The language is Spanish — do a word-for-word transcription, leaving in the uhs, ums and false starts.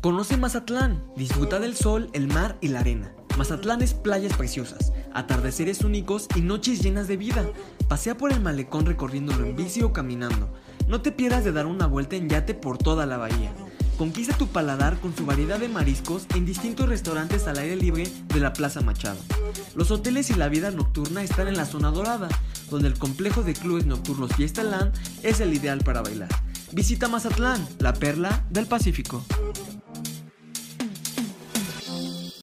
Conoce Mazatlán, disfruta del sol, el mar y la arena. Mazatlán es playas preciosas, atardeceres únicos y noches llenas de vida. Pasea por el malecón recorriéndolo en bici o caminando. No te pierdas de dar una vuelta en yate por toda la bahía. Conquista tu paladar con su variedad de mariscos en distintos restaurantes al aire libre de la Plaza Machado. Los hoteles y la vida nocturna están en la zona dorada, donde el complejo de clubes nocturnos Fiesta Land es el ideal para bailar. Visita Mazatlán, la perla del Pacífico.